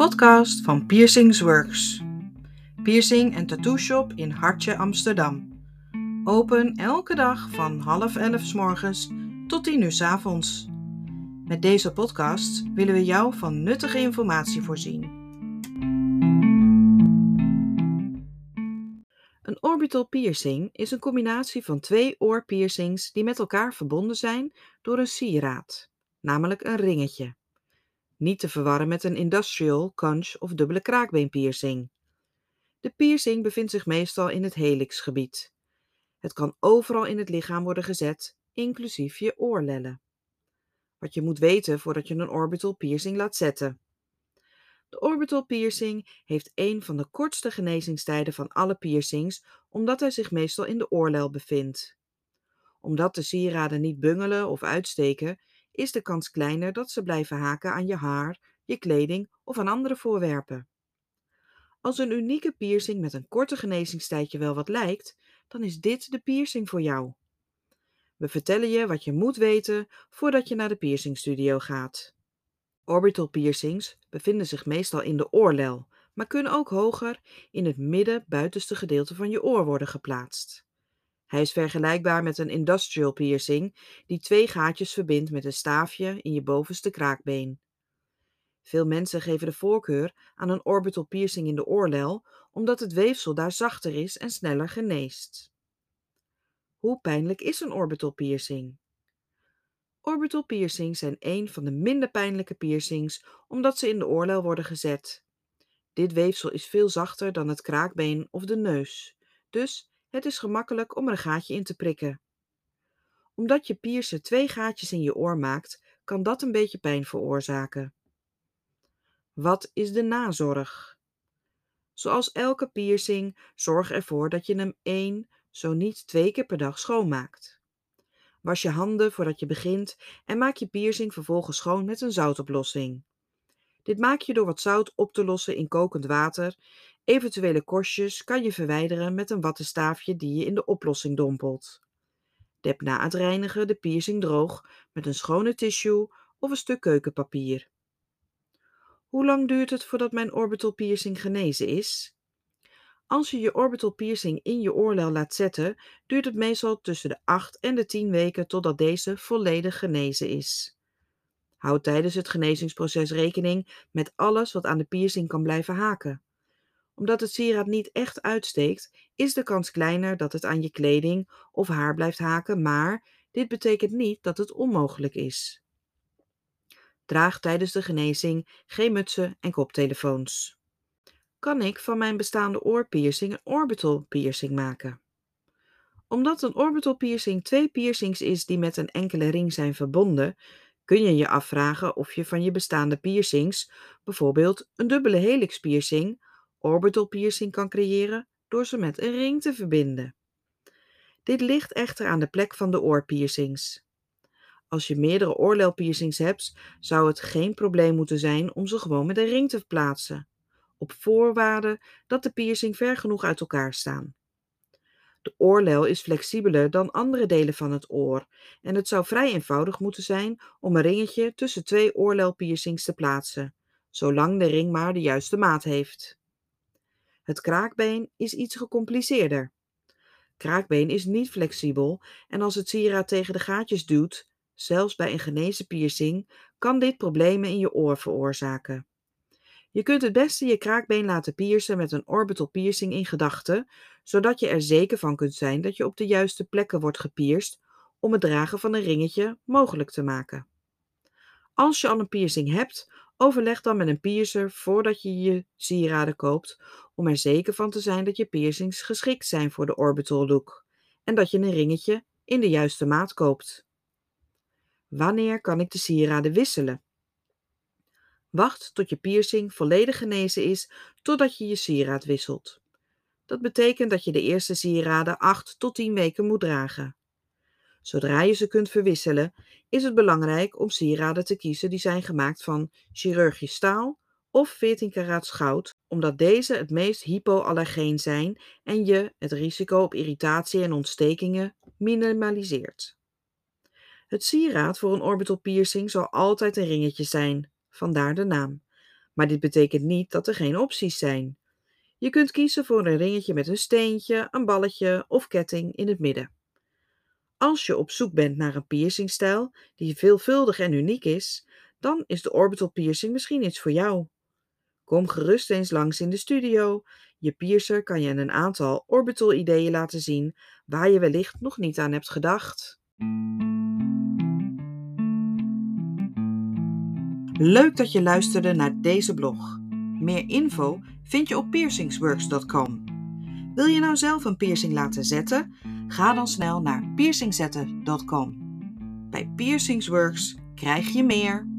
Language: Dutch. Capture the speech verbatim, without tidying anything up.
podcast van Piercings Works. Piercing en tattoo shop in Hartje, Amsterdam. Open elke dag van half elf 's morgens tot tien uur 's avonds. Met deze podcast willen we jou van nuttige informatie voorzien. Een orbital piercing is een combinatie van twee oorpiercings die met elkaar verbonden zijn door een sieraad, namelijk een ringetje. Niet te verwarren met een industrial, conch of dubbele kraakbeenpiercing. De piercing bevindt zich meestal in het helixgebied. Het kan overal in het lichaam worden gezet, inclusief je oorlellen. Wat je moet weten voordat je een orbital piercing laat zetten. De orbital piercing heeft een van de kortste genezingstijden van alle piercings, omdat hij zich meestal in de oorlel bevindt. Omdat de sieraden niet bungelen of uitsteken, is de kans kleiner dat ze blijven haken aan je haar, je kleding of aan andere voorwerpen. Als een unieke piercing met een korte genezingstijd je wel wat lijkt, dan is dit de piercing voor jou. We vertellen je wat je moet weten voordat je naar de piercingstudio gaat. Orbital piercings bevinden zich meestal in de oorlel, maar kunnen ook hoger in het midden buitenste gedeelte van je oor worden geplaatst. Hij is vergelijkbaar met een industrial piercing die twee gaatjes verbindt met een staafje in je bovenste kraakbeen. Veel mensen geven de voorkeur aan een orbital piercing in de oorlel, omdat het weefsel daar zachter is en sneller geneest. Hoe pijnlijk is een orbital piercing? Orbital piercings zijn een van de minder pijnlijke piercings, omdat ze in de oorlel worden gezet. Dit weefsel is veel zachter dan het kraakbeen of de neus, dus het is gemakkelijk om er een gaatje in te prikken. Omdat je piercer twee gaatjes in je oor maakt, kan dat een beetje pijn veroorzaken. Wat is de nazorg? Zoals elke piercing, zorg ervoor dat je hem één, zo niet twee keer per dag schoonmaakt. Was je handen voordat je begint en maak je piercing vervolgens schoon met een zoutoplossing. Dit maak je door wat zout op te lossen in kokend water. Eventuele korstjes kan je verwijderen met een wattenstaafje die je in de oplossing dompelt. Dep na het reinigen de piercing droog met een schone tissue of een stuk keukenpapier. Hoe lang duurt het voordat mijn orbital piercing genezen is? Als je je orbital piercing in je oorlel laat zetten, duurt het meestal tussen de acht en de tien weken totdat deze volledig genezen is. Houd tijdens het genezingsproces rekening met alles wat aan de piercing kan blijven haken. Omdat het sieraad niet echt uitsteekt, is de kans kleiner dat het aan je kleding of haar blijft haken, maar dit betekent niet dat het onmogelijk is. Draag tijdens de genezing geen mutsen en koptelefoons. Kan ik van mijn bestaande oorpiercing een orbital piercing maken? Omdat een orbital piercing twee piercings is die met een enkele ring zijn verbonden, kun je je afvragen of je van je bestaande piercings, bijvoorbeeld een dubbele helix piercing, orbital piercing kan creëren door ze met een ring te verbinden. Dit ligt echter aan de plek van de oorpiercings. Als je meerdere oorlelpiercings hebt, zou het geen probleem moeten zijn om ze gewoon met een ring te plaatsen, op voorwaarde dat de piercing ver genoeg uit elkaar staan. De oorlel is flexibeler dan andere delen van het oor en het zou vrij eenvoudig moeten zijn om een ringetje tussen twee oorlelpiercings te plaatsen, zolang de ring maar de juiste maat heeft. Het kraakbeen is iets gecompliceerder. Kraakbeen is niet flexibel en als het sieraad tegen de gaatjes duwt, zelfs bij een genezen piercing, kan dit problemen in je oor veroorzaken. Je kunt het beste je kraakbeen laten piercen met een orbital piercing in gedachten, zodat je er zeker van kunt zijn dat je op de juiste plekken wordt gepierst om het dragen van een ringetje mogelijk te maken. Als je al een piercing hebt, overleg dan met een piercer voordat je je sieraden koopt, om er zeker van te zijn dat je piercings geschikt zijn voor de orbital look en dat je een ringetje in de juiste maat koopt. Wanneer kan ik de sieraden wisselen? Wacht tot je piercing volledig genezen is totdat je je sieraad wisselt. Dat betekent dat je de eerste sieraden acht tot tien weken moet dragen. Zodra je ze kunt verwisselen, is het belangrijk om sieraden te kiezen die zijn gemaakt van chirurgisch staal of veertien karaats goud, omdat deze het meest hypoallergeen zijn en je het risico op irritatie en ontstekingen minimaliseert. Het sieraad voor een orbital piercing zal altijd een ringetje zijn, vandaar de naam. Maar dit betekent niet dat er geen opties zijn. Je kunt kiezen voor een ringetje met een steentje, een balletje of ketting in het midden. Als je op zoek bent naar een piercingstijl die veelvuldig en uniek is, dan is de orbital piercing misschien iets voor jou. Kom gerust eens langs in de studio. Je piercer kan je een aantal orbital ideeën laten zien waar je wellicht nog niet aan hebt gedacht. Leuk dat je luisterde naar deze blog. Meer info vind je op piercingsworks punt com. Wil je nou zelf een piercing laten zetten? Ga dan snel naar piercingzetten punt com. Bij Piercingsworks krijg je meer.